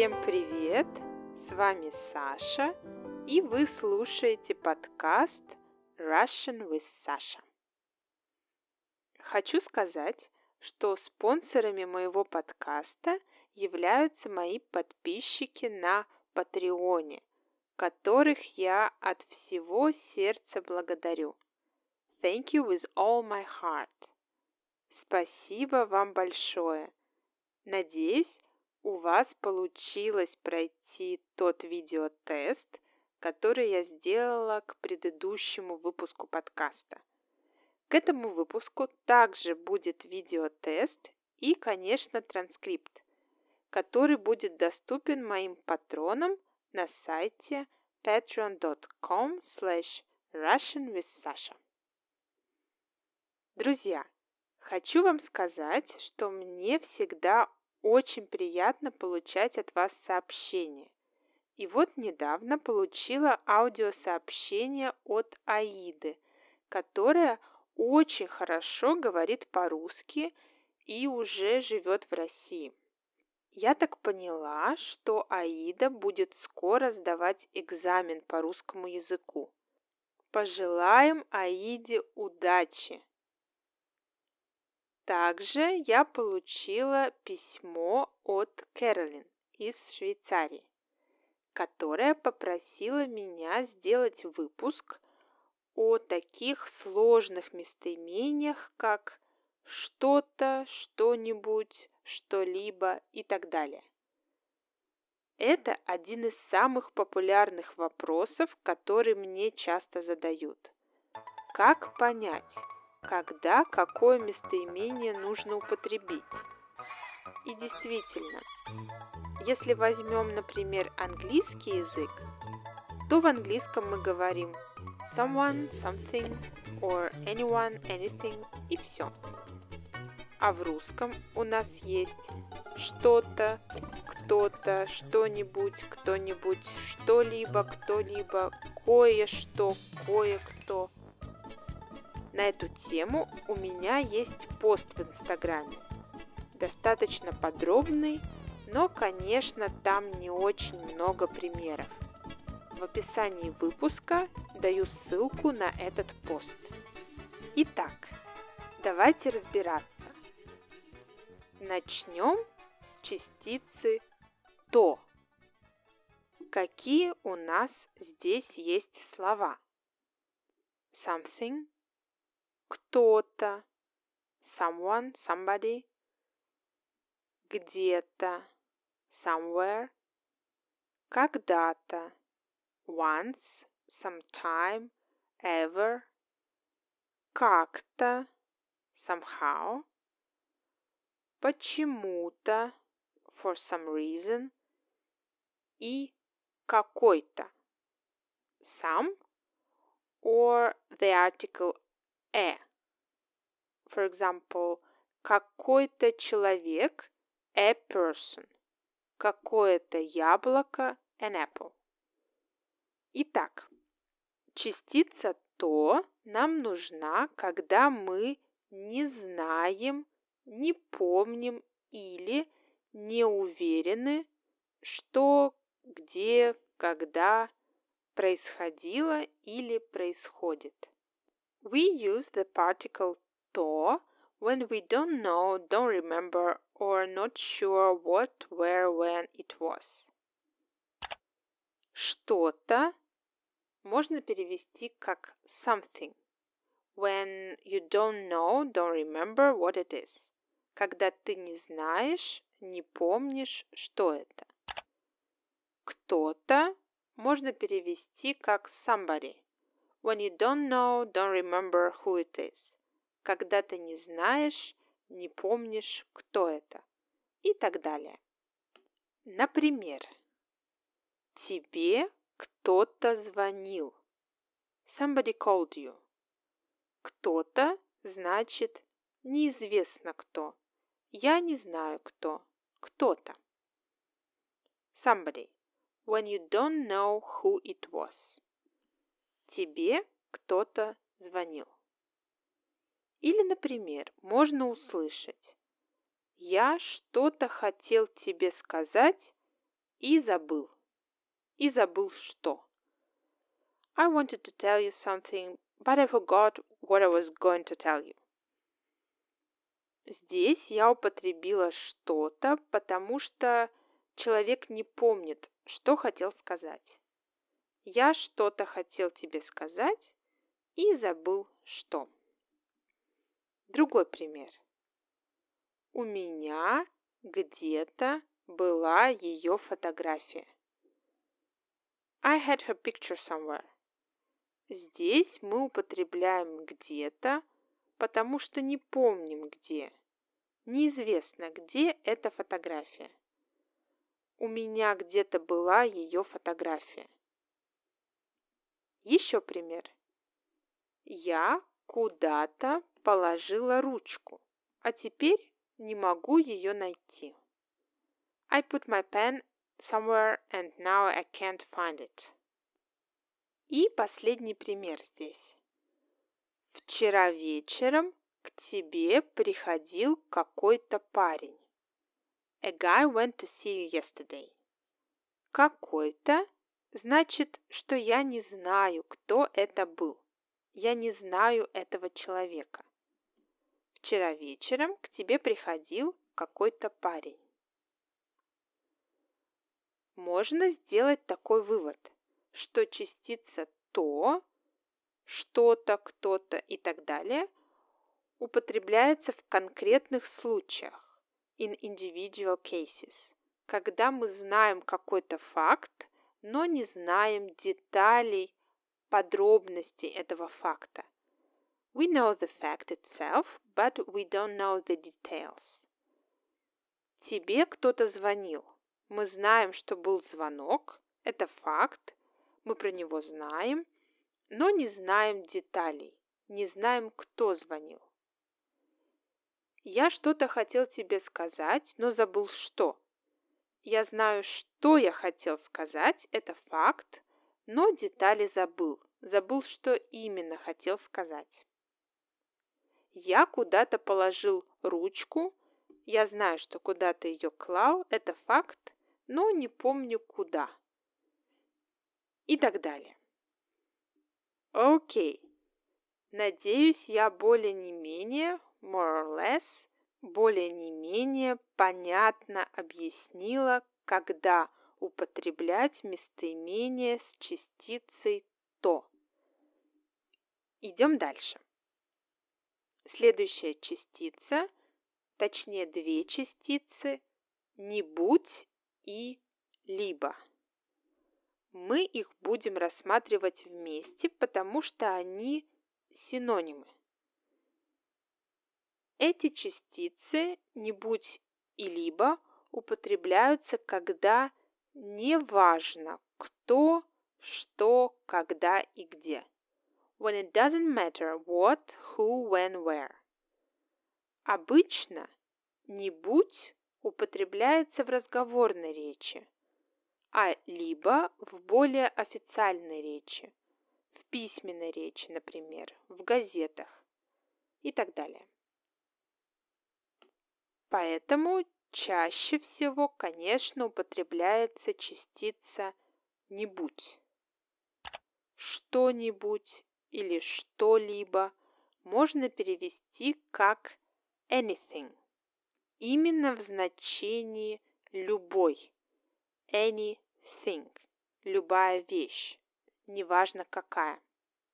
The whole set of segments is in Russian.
Всем привет! С вами Саша, и вы слушаете подкаст Russian with Sasha. Хочу сказать, что спонсорами моего подкаста являются мои подписчики на Патреоне, которых я от всего сердца благодарю. Thank you with all my heart. Спасибо вам большое. Надеюсь, у вас получилось пройти тот видеотест, который я сделала к предыдущему выпуску подкаста. К этому выпуску также будет видеотест и, конечно, транскрипт, который будет доступен моим патронам на сайте patreon.com/russianwithsasha. Друзья, хочу вам сказать, что мне всегда очень приятно получать от вас сообщения. И вот недавно получила аудиосообщение от Аиды, которая очень хорошо говорит по-русски и уже живет в России. Я так поняла, что Аида будет скоро сдавать экзамен по русскому языку. Пожелаем Аиде удачи! Также я получила письмо от Кэролин из Швейцарии, которая попросила меня сделать выпуск о таких сложных местоимениях, как что-то, что-нибудь, что-либо и так далее. Это один из самых популярных вопросов, которые мне часто задают. Как понять, когда какое местоимение нужно употребить? И действительно, если возьмем, например, английский язык, то в английском мы говорим someone, something, or anyone, anything и все. А в русском у нас есть что-то, кто-то, что-нибудь, кто-нибудь, что-либо, кто-либо, кое-что, кое-кто. На эту тему у меня есть пост в Инстаграме. Достаточно подробный, но, конечно, там не очень много примеров. В описании выпуска даю ссылку на этот пост. Итак, давайте разбираться. Начнем с частицы «то». Какие у нас здесь есть слова? Something, кто-то, someone, somebody, где-то, somewhere, когда-то, once, sometime, ever, как-то, somehow, почему-то, for some reason, и какой-то, some, or the article a. For example, какой-то человек, a person, какое-то яблоко, an apple. Итак, частица «то» нам нужна, когда мы не знаем, не помним или не уверены, что, где, когда происходило или происходит. We use the particle «то» when we don't know, don't remember, or not sure what, where, when it was. Что-то можно перевести как something. When you don't know, don't remember what it is. Когда ты не знаешь, не помнишь, что это. Кто-то можно перевести как somebody. When you don't know, don't remember who it is. Когда ты не знаешь, не помнишь, кто это. И так далее. Например, тебе кто-то звонил. Somebody called you. Кто-то значит неизвестно кто. Я не знаю кто. Кто-то. Somebody. When you don't know who it was. Тебе кто-то звонил. Или, например, можно услышать: я что-то хотел тебе сказать и забыл. И забыл что? I wanted to tell you something, but I forgot what I was going to tell you. Здесь я употребила что-то, потому что человек не помнит, что хотел сказать. Я что-то хотел тебе сказать и забыл что. Другой пример. У меня где-то была ее фотография. I had her picture somewhere. Здесь мы употребляем где-то, потому что не помним где. Неизвестно, где эта фотография. У меня где-то была ее фотография. Еще пример. Я куда-то положила ручку, а теперь не могу ее найти. I put my pen somewhere and now I can't find it. И последний пример здесь. Вчера вечером к тебе приходил какой-то парень. A guy went to see you yesterday. Какой-то значит, что я не знаю, кто это был. Я не знаю этого человека. Вчера вечером к тебе приходил какой-то парень. Можно сделать такой вывод, что частица «то», что-то, кто-то и так далее употребляется в конкретных случаях, in individual cases, когда мы знаем какой-то факт, но не знаем деталей, подробностей этого факта. We know the fact itself, but we don't know the details. Тебе кто-то звонил. Мы знаем, что был звонок, это факт, мы про него знаем, но не знаем деталей, не знаем, кто звонил. Я что-то хотел тебе сказать, но забыл что. Я знаю, что я хотел сказать, это факт, но детали забыл. Забыл, что именно хотел сказать. Я куда-то положил ручку, я знаю, что куда-то ее клал, это факт, но не помню куда. И так далее. Окей. Надеюсь, я более-не-менее, more or less, более-не-менее понятно объяснила, когда употреблять местоимение с частицей «то». Идем дальше. Следующая частица, точнее две частицы, «не будь» и «либо». Мы их будем рассматривать вместе, потому что они синонимы. Эти частицы «не будь» и «либо» употребляются, когда не важно кто, что, когда и где. When it doesn't matter what, who, when, where. Обычно «не будь» употребляется в разговорной речи, а «либо» в более официальной речи, в письменной речи, например, в газетах и так далее. Поэтому чаще всего, конечно, употребляется частица «не будь». Что-нибудь или что-либо можно перевести как anything, именно в значении любой. Anything, любая вещь, неважно какая.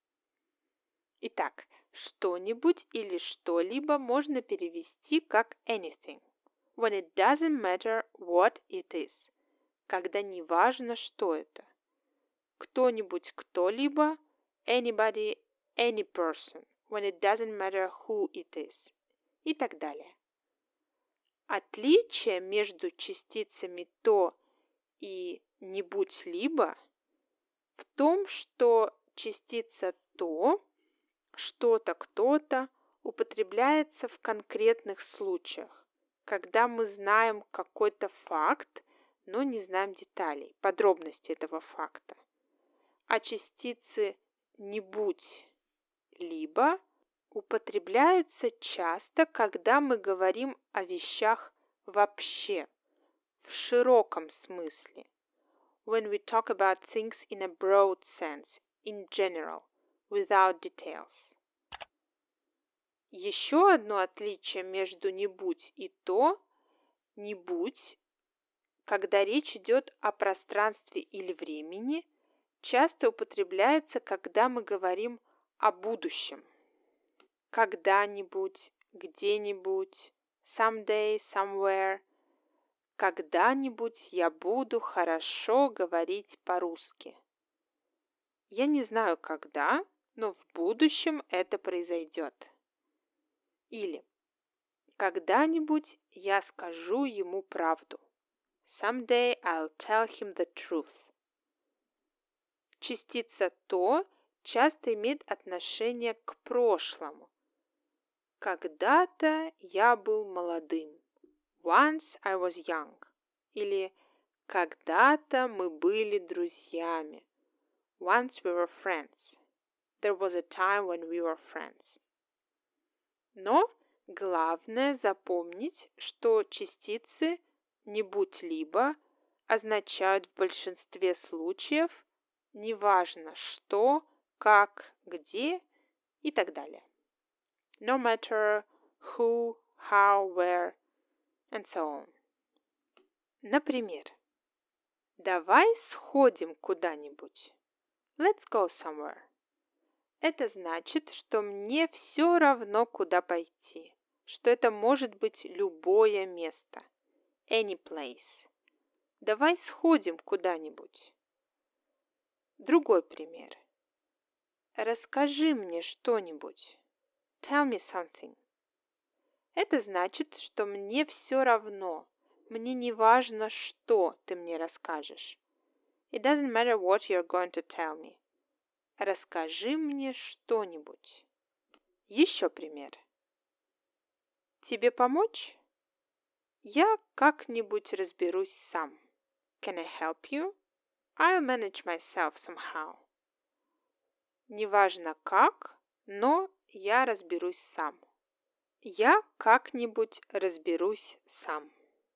Итак, что-нибудь или что-либо можно перевести как anything. When it doesn't matter what it is. Когда не важно, что это. Кто-нибудь, кто-либо, anybody, any person. When it doesn't matter who it is. И так далее. Отличие между частицами «то» и «не будь-либо» в том, что частица «то», что-то, кто-то употребляется в конкретных случаях, когда мы знаем какой-то факт, но не знаем деталей, подробностей этого факта. А частицы «не будь-либо» употребляются часто, когда мы говорим о вещах вообще, в широком смысле, when we talk about things in a broad sense, in general, without details. Еще одно отличие между «не будь» и «то» – «не будь», когда речь идет о пространстве или времени, часто употребляется, когда мы говорим о будущем. Когда-нибудь, где-нибудь, someday, somewhere. Когда-нибудь я буду хорошо говорить по-русски. Я не знаю, когда, но в будущем это произойдет. Или когда-нибудь я скажу ему правду. Someday I'll tell him the truth. Частица «то» часто имеет отношение к прошлому. Когда-то я был молодым. Once I was young. Или когда-то мы были друзьями. Once we were friends. There was a time when we were friends. Но главное запомнить, что частицы «не будь-либо» означают в большинстве случаев неважно что, как, где и так далее. No matter who, how, where, and so on. Например, давай сходим куда-нибудь. Let's go somewhere. Это значит, что мне все равно, куда пойти, что это может быть любое место. Any place. Давай сходим куда-нибудь. Другой пример. Расскажи мне что-нибудь. Tell me something. Это значит, что мне все равно. Мне не важно, что ты мне расскажешь. It doesn't matter what you're going to tell me. Расскажи мне что-нибудь. Еще пример. Тебе помочь? Я как-нибудь разберусь сам. Can I help you? I'll manage myself somehow. Неважно как, но я разберусь сам. Я как-нибудь разберусь сам.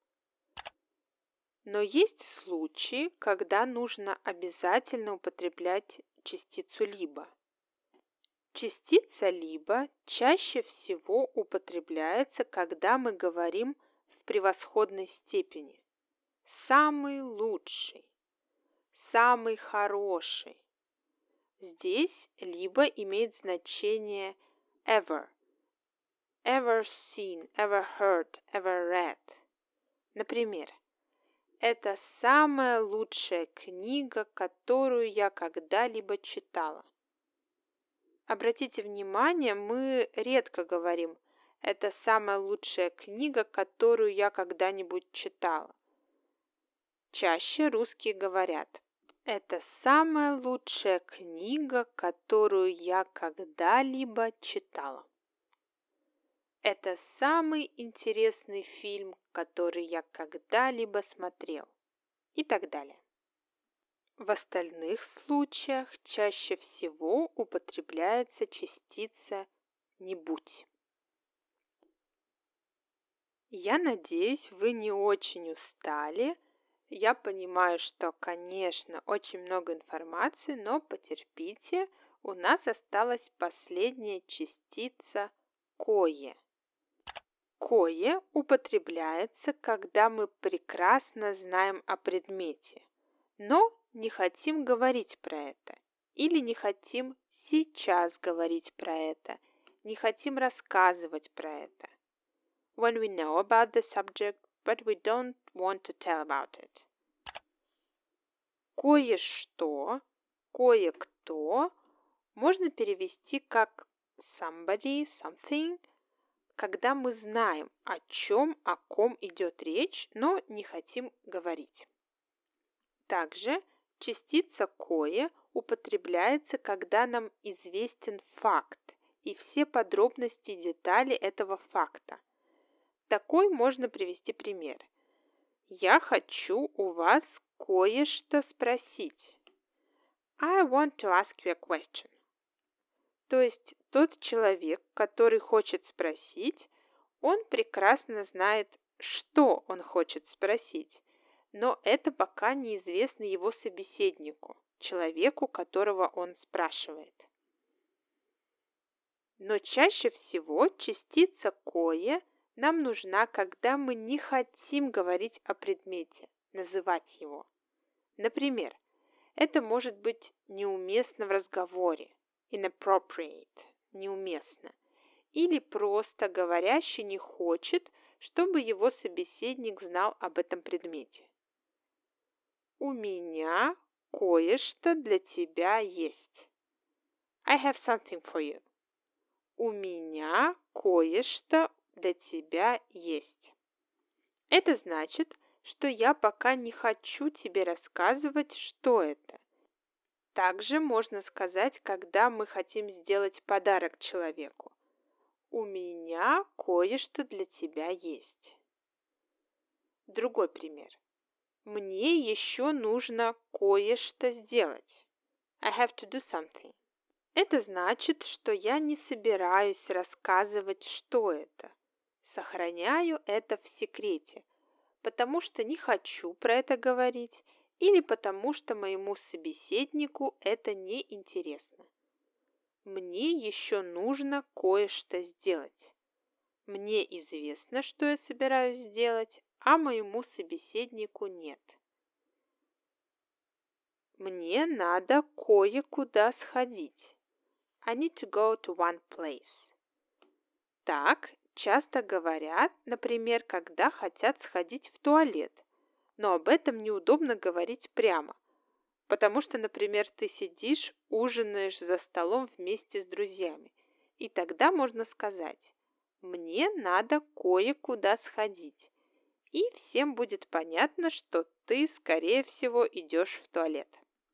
Но есть случаи, когда нужно обязательно употреблять частицу «либо». Частица «либо» чаще всего употребляется, когда мы говорим в превосходной степени. Самый лучший, самый хороший. Здесь «либо» имеет значение ever. Ever seen, ever heard, ever read. Например, это самая лучшая книга, которую я когда-либо читала. Обратите внимание, мы редко говорим «это самая лучшая книга, которую я когда-нибудь читала». Чаще русские говорят «это самая лучшая книга, которую я когда-либо читала». Это самый интересный фильм, который я когда-либо смотрел. И так далее. В остальных случаях чаще всего употребляется частица «не будь». Я надеюсь, вы не очень устали. Я понимаю, что, конечно, очень много информации, но потерпите, у нас осталась последняя частица «кое». «Кое» употребляется, когда мы прекрасно знаем о предмете, но не хотим говорить про это, или не хотим сейчас говорить про это, не хотим рассказывать про это. When we know about the subject, but we don't want to tell about it. Кое-что, кое-кто можно перевести как somebody, something, когда мы знаем, о чем, о ком идет речь, но не хотим говорить. Также частица «кое» употребляется, когда нам известен факт и все подробности и детали этого факта. Такой можно привести пример. Я хочу у вас кое-что спросить. I want to ask you a question. То есть тот человек, который хочет спросить, он прекрасно знает, что он хочет спросить, но это пока неизвестно его собеседнику, человеку, которого он спрашивает. Но чаще всего частица кое нам нужна, когда мы не хотим говорить о предмете, называть его. Например, это может быть неуместно в разговоре, inappropriate, неуместно, или просто говорящий не хочет, чтобы его собеседник знал об этом предмете. У меня кое-что для тебя есть. I have something for you. У меня кое-что для тебя есть. Это значит, что я пока не хочу тебе рассказывать, что это. Также можно сказать, когда мы хотим сделать подарок человеку. У меня кое-что для тебя есть. Другой пример. Мне еще нужно кое-что сделать. I have to do something. Это значит, что я не собираюсь рассказывать, что это. Сохраняю это в секрете, потому что не хочу про это говорить или потому что моему собеседнику это не интересно. Мне еще нужно кое-что сделать. Мне известно, что я собираюсь сделать, а моему собеседнику нет. Мне надо кое-куда сходить. I need to go to one place. Так часто говорят, например, когда хотят сходить в туалет, но об этом неудобно говорить прямо, потому что, например, ты сидишь, ужинаешь за столом вместе с друзьями, и тогда можно сказать «мне надо кое-куда сходить», и всем будет понятно, что ты, скорее всего, идешь в туалет.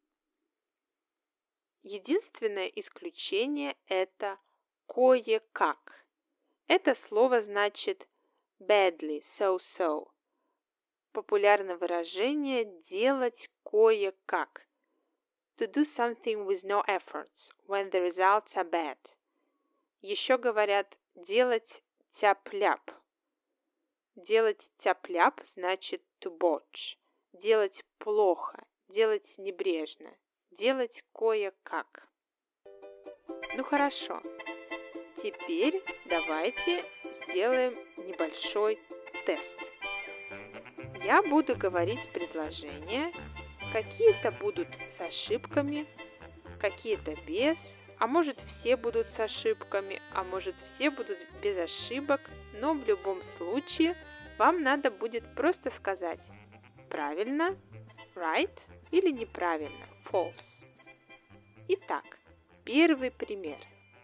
Единственное исключение – это кое-как. Это слово значит badly, so-so. Популярное выражение «делать кое-как». To do something with no efforts, when the results are bad. Еще говорят «делать тяп-ляп». Делать тяп-ляп значит to botch. Делать плохо, делать небрежно, делать кое-как. Ну хорошо. Теперь давайте сделаем небольшой тест. Я буду говорить предложения, какие-то будут с ошибками, какие-то без, а может все будут с ошибками, а может все будут без ошибок, но в любом случае вам надо будет просто сказать правильно, right, или неправильно, false. Итак, первый пример.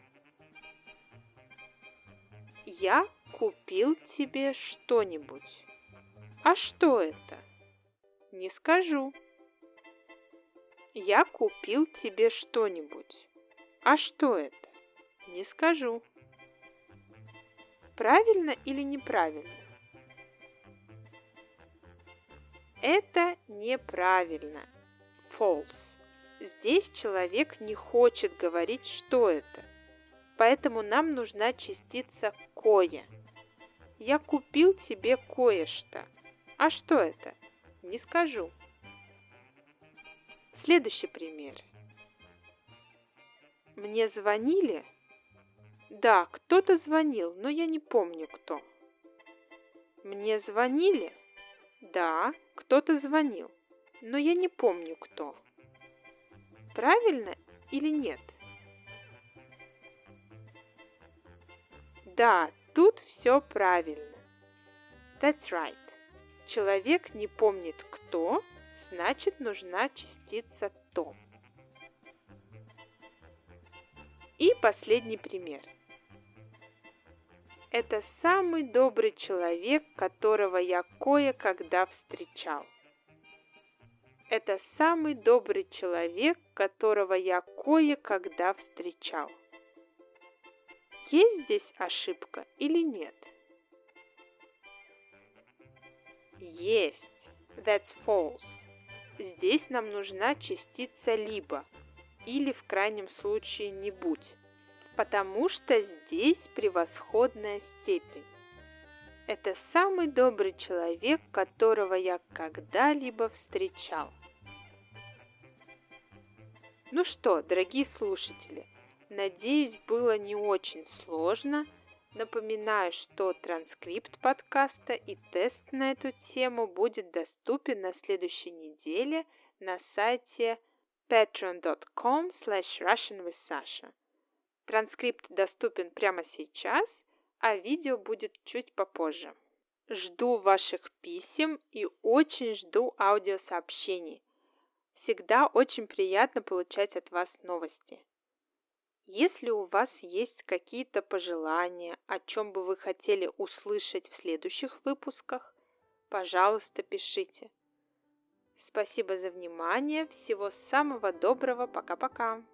Я купил тебе что-нибудь. А что это? Не скажу. Я купил тебе что-нибудь. А что это? Не скажу. Правильно или неправильно? Это неправильно. False. Здесь человек не хочет говорить, что это. Поэтому нам нужна частица кое. Я купил тебе кое-что. А что это? Не скажу. Следующий пример. Мне звонили? Да, кто-то звонил, но я не помню кто. Мне звонили? Да, кто-то звонил, но я не помню кто. Правильно или нет? Да, тут все правильно. That's right. Человек не помнит кто, значит нужна частица то. И последний пример. Это самый добрый человек, которого я кое-когда встречал. Это самый добрый человек, которого я кое-когда встречал. Есть здесь ошибка или нет? Есть. That's false. Здесь нам нужна частица либо или в крайнем случае не будь, потому что здесь превосходная степень. Это самый добрый человек, которого я когда-либо встречал. Ну что, дорогие слушатели, надеюсь, было не очень сложно. Напоминаю, что транскрипт подкаста и тест на эту тему будет доступен на следующей неделе на сайте patreon.com/russianwithsasha. Транскрипт доступен прямо сейчас, а видео будет чуть попозже. Жду ваших писем и очень жду аудиосообщений. Всегда очень приятно получать от вас новости. Если у вас есть какие-то пожелания, о чем бы вы хотели услышать в следующих выпусках, пожалуйста, пишите. Спасибо за внимание. Всего самого доброго. Пока-пока.